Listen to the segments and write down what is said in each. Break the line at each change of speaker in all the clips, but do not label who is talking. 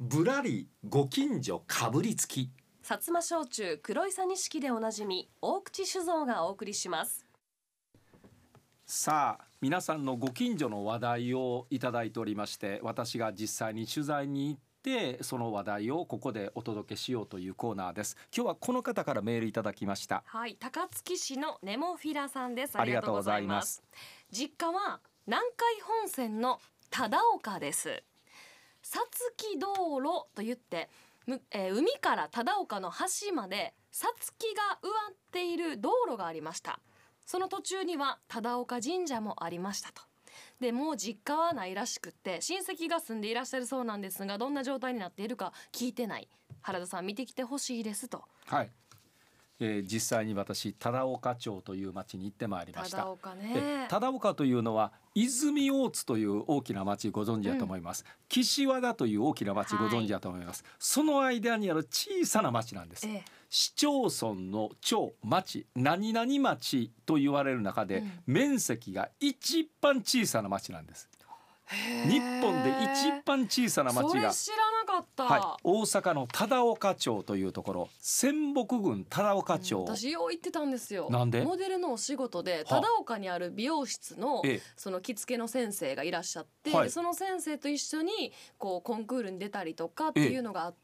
ぶらりご近所かぶりつき。
薩摩焼酎黒いさ錦でおなじみ大口酒造がお送りします。
さあ皆さんのご近所の話題をいただいておりまして、私が実際に取材に行ってその話題をここでお届けしようというコーナーです。今日はこの方からメールいただきました。
はい、高槻市のネモフィラさんです。
ありがとうございます。
実家は南海本線の忠岡です。さつき道路と言って海から忠岡の橋までさつきが植わっている道路がありました。その途中には忠岡神社もありましたと。でもう実家はないらしくって親戚が住んでいらっしゃるそうなんですが、どんな状態になっているか聞いてない。原田さん見てきてほしいですと。
はい、実際に私忠岡町という町に行ってまいりました。
忠岡ね。
忠岡というのは泉大津という大きな町ご存知だと思います、岸和田という大きな町ご存知だと思います、その間にある小さな町なんです、市町村の町町何々町と言われる中で、面積が一番小さな町なんです。日本で一番小さな町が、
それ知らなかった、
はい、大阪の忠岡町というところ、仙北郡忠岡町、
私よう行ってたんですよ。
なんで
モデルのお仕事で忠岡にある美容室のその着付けの先生がいらっしゃって、その先生と一緒にこうコンクールに出たりとかっていうのがあって、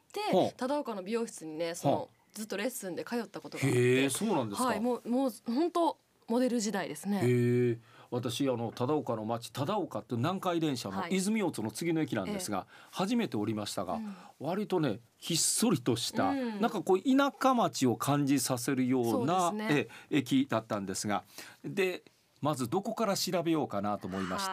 忠岡の美容室にねそのずっとレッスンで通ったことがあって。
そうなんですか。
はい、もう本当モデル時代ですね。
私忠岡の町、忠岡って南海電車の泉大津の次の駅なんですが、初めて降りましたが、割とねひっそりとした、なんかこう田舎町を感じさせるような駅だったんですが、でまずどこから調べようかなと思いまして、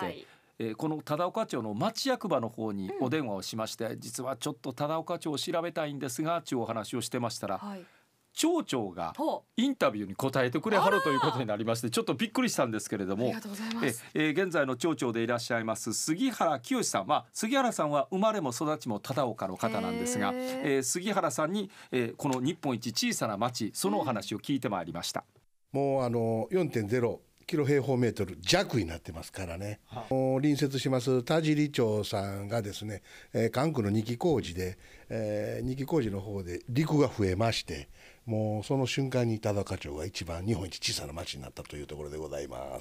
この忠岡町の町役場の方にお電話をしまして、実はちょっと忠岡町を調べたいんですがというお話をしてましたら、町長がインタビューに答えてくれはるということになりまして、ちょっとびっくりしたんですけれども、現在の町長でいらっしゃいます杉原清さん、杉原さんは生まれも育ちも忠岡の方なんですが、杉原さんに、この日本一小さな町そのお話を聞いてまいりました。
もう4.0キロ平方メートル弱になってますからね、隣接します田尻町さんがですね、管区の2期工事で、2期工事の方で陸が増えまして、もうその瞬間に忠岡町が一番日本一小さな町になったというところでございます。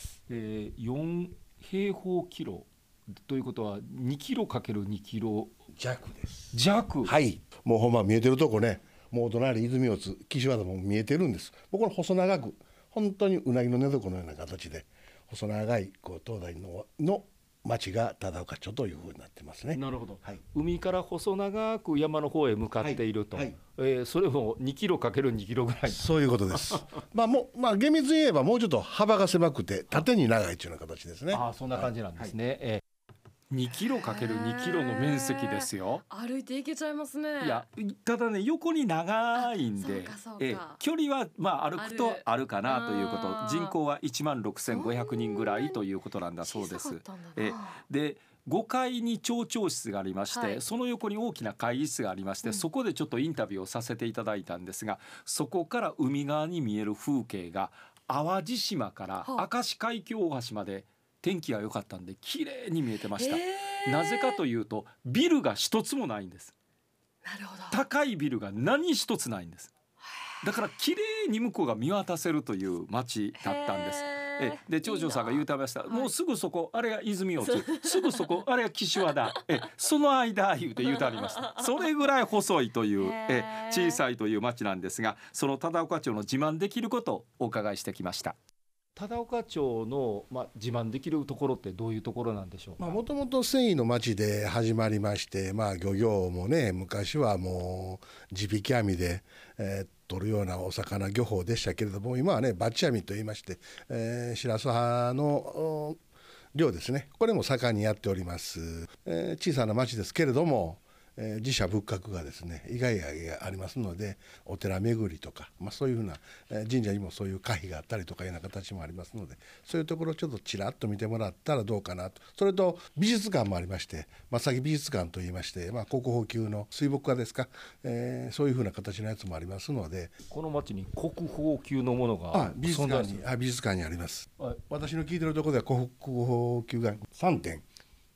4平方キロということは2キロ ×2 キロ
弱です。
弱。
はい、もうほんま見えてるとこね、もうお隣泉大津岸和田も見えてるんです。僕の細長く本当にうなぎの寝床のような形で細長いこう東大の町が忠岡町というふうになってますね。
なるほど、海から細長く山の方へ向かっていると、それも2キロ ×2 キロぐらい、
そういうことです厳密に言えばもうちょっと幅が狭くて縦に長いというような形ですね。
そんな感じなんですね。2キロ ×2 キロの面積ですよ。
歩いていけちゃいますね。
いやただね横に長いんで、距離は歩くとあるかなということ。人口は16,500人ぐらいということなんだそうです。で5階に町長室がありまして、その横に大きな会議室がありまして、そこでちょっとインタビューをさせていただいたんですが、そこから海側に見える風景が淡路島から明石海峡大橋まで天気が良かったんで綺麗に見えてました。なぜかというとビルが一つもないんです。
なるほど。
高いビルが何一つないんです。だから綺麗に向こうが見渡せるという街だったんです。で町長さんが言うてました。もうすぐそこあれが泉大津、すぐそこあれが岸和田、その間言うてありました。それぐらい細いという小さいという町なんですが、その忠岡町の自慢できることをお伺いしてきました。忠岡町の、自慢できるところってどういうところなんでしょうか。
もともと繊維の町で始まりまして、漁業もね昔はもう地引き網で、取るようなお魚漁法でしたけれども、今はねバッチ網といいまして、シラス葉の漁ですね、これも盛んにやっております。小さな町ですけれども、寺社仏閣がですね意外がありますので、お寺巡りとか、そういうふうな、神社にもそういう会費があったりとかいうような形もありますので、そういうところをちょっとちらっと見てもらったらどうかなと。それと美術館もありまして、正木美術館といいまして、国宝級の水墨画ですか、そういうふうな形のやつもありますので、
この町に国宝級のものが
美術館にあります。私の聞いてるところでは国宝級が3点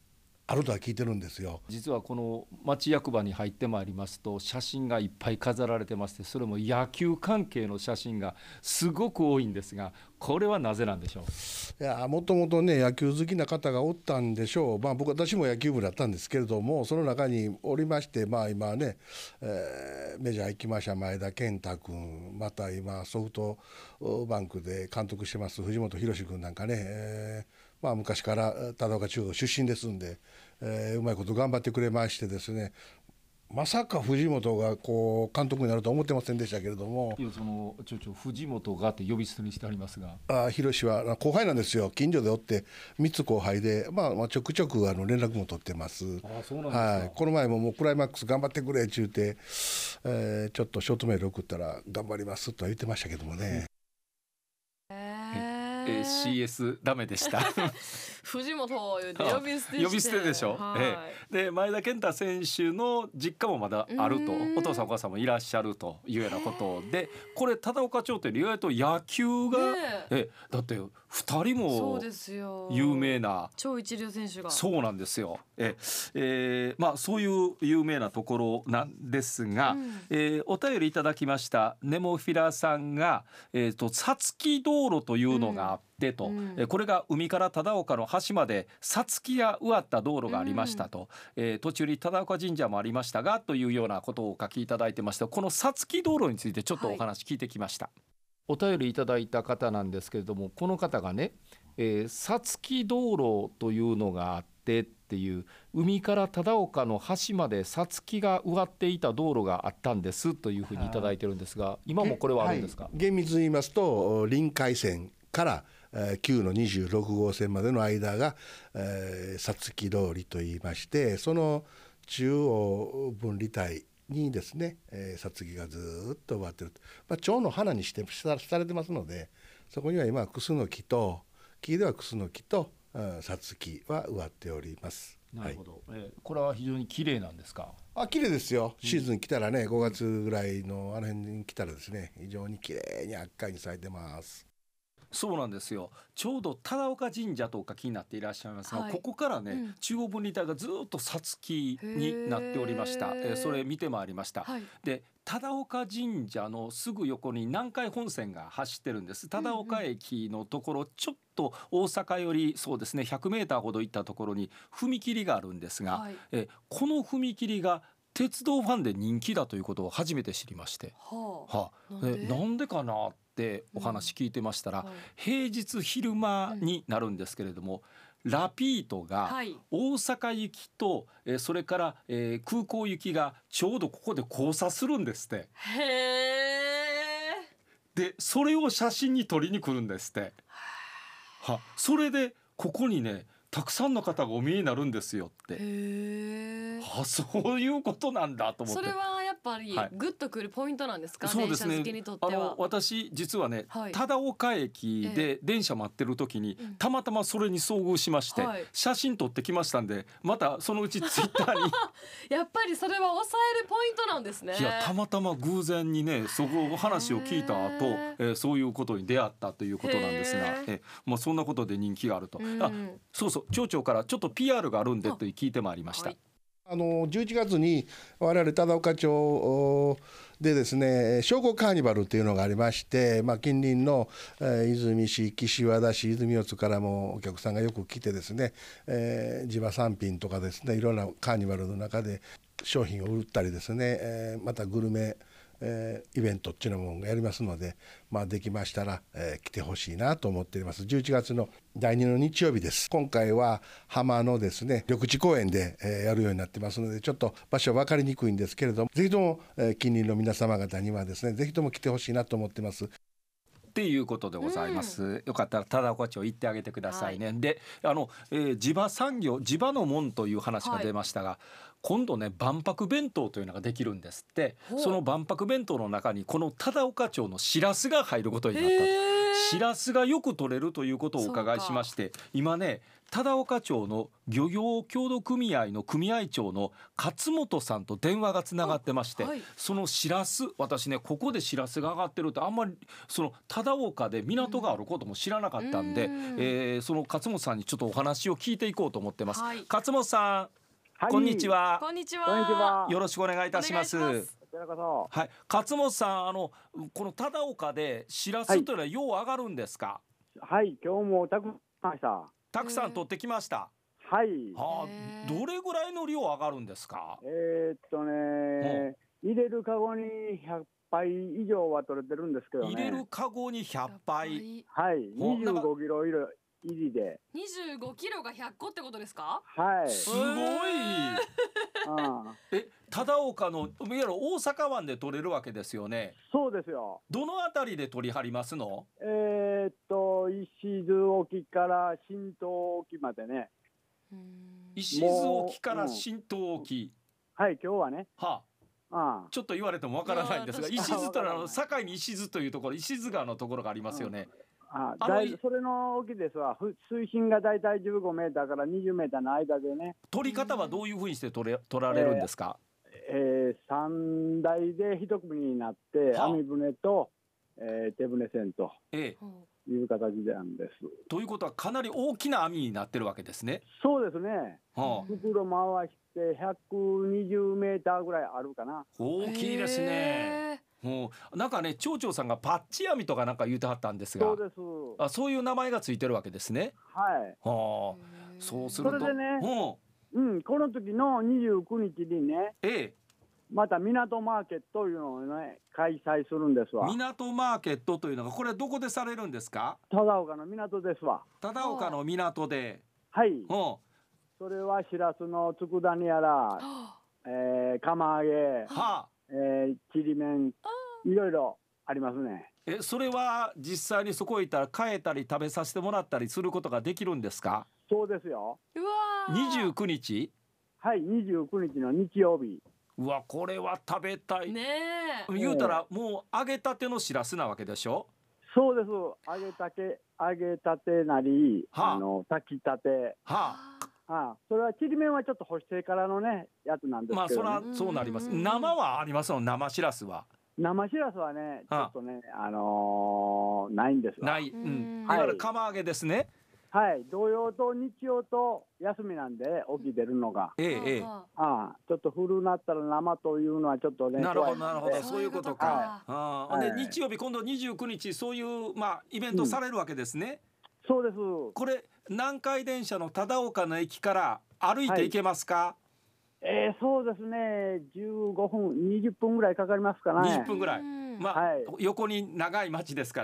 あるとは聞いてるんですよ。
実はこの町役場に入ってまいりますと写真がいっぱい飾られてまして、それも野球関係の写真がすごく多いんですが、これはなぜなんでしょう。
いやもともとね野球好きな方がおったんでしょう。私も野球部だったんですけれども、その中におりまして、今ね、メジャー行きました前田健太君、また今ソフトバンクで監督してます藤本博君なんかね、昔から忠岡中学出身ですんで、うまいこと頑張ってくれましてですね、まさか藤本がこう監督になるとは思ってませんでしたけれども。
いやその藤本がって呼び捨てにしてありますが、
博は後輩なんですよ。近所でおって3つ後輩で、ちょくちょく連絡も取ってます。
そうなんですか。
はい、この前ももうクライマックス頑張ってくれって言って、ちょっとショートメール送ったら頑張りますとは言ってましたけどもね。
CS ダメでした
藤本を言うて呼び捨てして、
呼び捨てでしょ、で前田健太選手の実家もまだあると、お父さんお母さんもいらっしゃるというようなことで、これ忠岡町って意外と野球が、だって2人も有名な
超一流選手が、
そうなんですよ。そういう有名なところなんですが、お便りいただきましたネモフィラさんがさつき道路というのがあってと、これが海から忠岡の橋までさつきが植わった道路がありましたと、途中に忠岡神社もありましたがというようなことをお書きいただいてました。このさつき道路についてちょっとお話聞いてきました。お便りいただいた方なんですけれども、この方がね、さつき道路というのがあってっていう、海から忠岡の橋までさつきが植わっていた道路があったんですというふうにいただいてるんですが、今もこれはあるんですか。
厳密に言いますと臨海線から旧の26号線までの間がさつき通りといいまして、その中央分離帯にですねさつきがずっと植わってる、蝶の花にしてされてますので、そこには今クスノキと木ではクスノキとさつきは植わっております。
なるほど、これは非常に綺麗なんですか。
綺麗ですよ。シーズン来たらね、5月ぐらいのあの辺に来たらですね、非常に綺麗に赤いに咲いてます。
そうなんですよ。ちょうど忠岡神社とか気になっていらっしゃいますが、ここからね、中央分離帯がずっとさつきになっておりました。それ見て回りました。で忠岡神社のすぐ横に南海本線が走ってるんです。忠岡駅のところ、ちょっと大阪よりそうですね100メーターほど行ったところに踏切があるんですが、この踏切が鉄道ファンで人気だということを初めて知りまして、なんでかなってお話聞いてましたら、平日昼間になるんですけれども、ラピートが大阪行きと、それから、空港行きがちょうどここで交差するんですって。でそれを写真に撮りに来るんですって。それでここにねたくさんの方がお見えになるんですよって。そういうことなんだと思って。
それはやっぱりグッとくるポイントなんですか。
そうですね、
電車好きにとっては。
私実はね、忠岡駅で電車待ってる時に、たまたまそれに遭遇しまして、写真撮ってきましたんで、またそのうちツイッターに
やっぱりそれは抑えるポイントなんですね。
いやたまたま偶然にねそこ話を聞いた後、そういうことに出会ったということなんですが、そんなことで人気があると。そうそう町長からちょっと PR があるんでと聞いてまいりました。
11月に我々忠岡町でですね商工カーニバルというのがありまして、近隣の泉市、岸和田市、泉大津からもお客さんがよく来てですね、地場産品とかですねいろんなカーニバルの中で商品を売ったりですね、またグルメイベントっていうのもやりますので、できましたら、来てほしいなと思っております。11月の第2の日曜日です。今回は浜のですね緑地公園で、やるようになってますので、ちょっと場所分かりにくいんですけれども、ぜひとも、近隣の皆様方にはですねぜひとも来てほしいなと思ってます。
っていうことでございます。よかったら忠岡町行ってあげてくださいね。で地場産業、地場の門という話が出ましたが、今度ね万博弁当というのができるんですって。その万博弁当の中にこの忠岡町のしらすが入ることになったと。しらすがよく取れるということをお伺いしまして、今ね忠岡町の漁業協同組合の組合長の勝本さんと電話がつながってまして、
はい、
そのしらす、私ねここでしらすが上がってるってあんまりその忠岡で港があることも知らなかったんで、その勝本さんにちょっとお話を聞いていこうと思ってます。
はい、
勝本さん、
はい、
こんにちは。
こんにち
こんにちは。
よろしくお願いいたします。
お願いします。
こちらこそ。
はい、勝本さん、この忠岡でしらすというのはよう上がるんですか？
はい、今日もたくさんました。
たくさん取ってきました。
はい。
はあ、どれぐらいの量上がるんですか？
入れるカゴに100杯以上は取れてるんですけどね。
入れるカゴに100杯。
はい、25キロ入りで。
25キロが100個ってことですか？
はい。
すごい。忠岡のいわゆる大阪湾で取れるわけですよね。
そうですよ。
どのあたりで取り張りますの？
石津沖から新東沖までね。
石津沖から新東沖。
はい、今日はね。
はあ。ちょっと言われてもわからないんですが、石津という堺に石津というところ、石津川のところがありますよね。
それの沖ですわ。水深がだいたい15メーターから20メーターの間でね。
取り方はどういうふうにして取られるんですか
？3台で一組になって網船と、手船船という形なんです。
ということはかなり大きな網になってるわけですね。
そうですね。袋回して120メーターぐらいあるかな。
大きいですね。なんかね、町長さんがパッチ網とかなんか言うてはったんですが、
そうです。
そういう名前がついてるわけですね。
はい。
そうすると
それでね、この時の29日にね、また港マーケットというのをね開催するんですわ。
港マーケットというのがこれどこでされるんですか？
忠岡の港ですわ。
忠岡の港で。
はい。それはしらすの佃煮やら、釜揚げ、ちりめん、いろいろありますね。
それは実際にそこへ行ったら買えたり食べさせてもらったりすることができるんですか？
そうですよ。
うわ
29日？
はい、29日の日曜日。
うわ、これは食べたい
ね。
言うたらもう揚げたてのしらすなわけでしょ？
そうです。揚げたてなり、炊きたて。それはちりめんはちょっと干してからのねやつなんですけど、ね。
それはそうなります。生はありますの？生しらすは。
生しらすはねちょっとねないんですわ。
ない。いわゆる釜揚げですね。
はい、土曜と日曜と休みなんで起き出るのが、ちょっと古なったら生というのはちょっとね。
なるほどなるほど、そういうことか。で日曜日今度29日そういうイベントされるわけですね。
そうです。
これ南海電車の忠岡の駅から歩いて行けますか？
そうですね、15分20分ぐらいかかりますかね。
20分ぐらい。横に長い町ですから、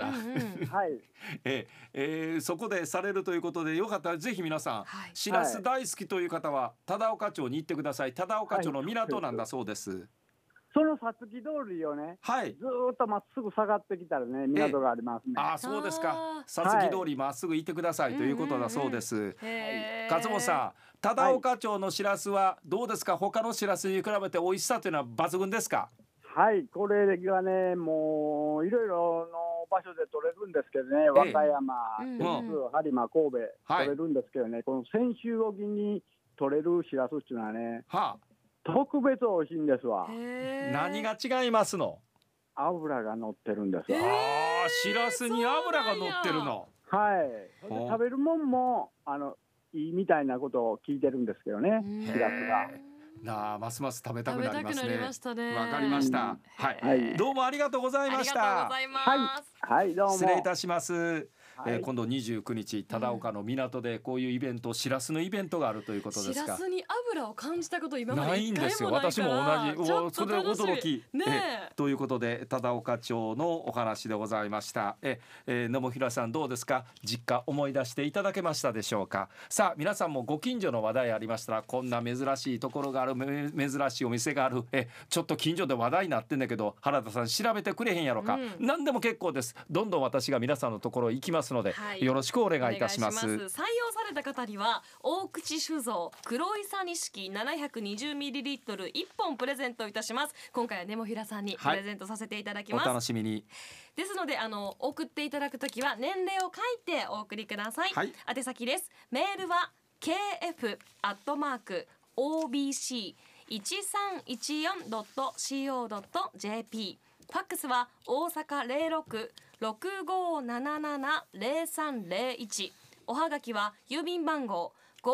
そこでされるということで、よかったらぜひ皆さん、しらす大好きという方は忠岡町に行ってください。忠岡町の港なんだそうです。
そのさつき通りをね、ずっとまっすぐ下がってきたらね港がありますね。
そうですか。さつき通りまっすぐ行ってくださいということだそうです。勝本さん、忠岡町のしらすはどうですか？他のしらすに比べて美味しさというのは抜群ですか？
はい、これがねもういろいろの場所で取れるんですけどね、和歌山、有馬、神戸取れるんですけどね、この泉州沖に取れるしらすっていうのはね、特別美味しいんですわ。
何が違いますの？
油が乗ってるんですわ。
しらすに油が乗ってるの。
はい。食べるもんもいいみたいなことを聞いてるんですけどね、しらすが。
ますます食べたくなりますね。
わ
かりました。はい。どうもありがとうございました。
はい、どうも。
失礼いたします。今度29日忠岡の港でこういうイベント、しらすのイベントがあるということですか？
しらすに油を感じたこと今まで
ないんですよ。私も同じ。それで驚き。ということで忠岡町のお話でございました。野茂平さんどうですか？実家思い出していただけましたでしょうか？さあ皆さんもご近所の話題ありましたら、こんな珍しいところがある、珍しいお店がある、ちょっと近所で話題になってんだけど原田さん調べてくれへんやろか、何でも結構です。どんどん私が皆さんのところ行きますますので、よろしくお願いいたします。
採用された方には大口酒造黒いさ錦 720ml 1本プレゼントいたします。今回はネモフィラさんにプレゼントさせていただきます、
お楽しみに。
ですので送っていただくときは年齢を書いてお送りください、宛先です。メールは kf@1314.co.jp、 ファックスは大阪06-6577-0301、おはがきは郵便番号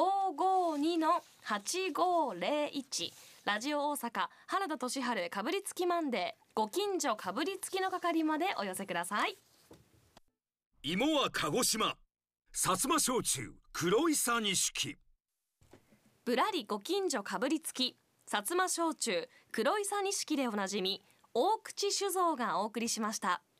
552-8501、 ラジオ大阪原田俊晴かぶりつきマンデー、ご近所かぶりつきの係までお寄せください。
芋は鹿児島、薩摩焼酎黒いさ錦。
ぶらりご近所かぶりつき、薩摩焼酎黒いさ錦でおなじみ大口酒造がお送りしました。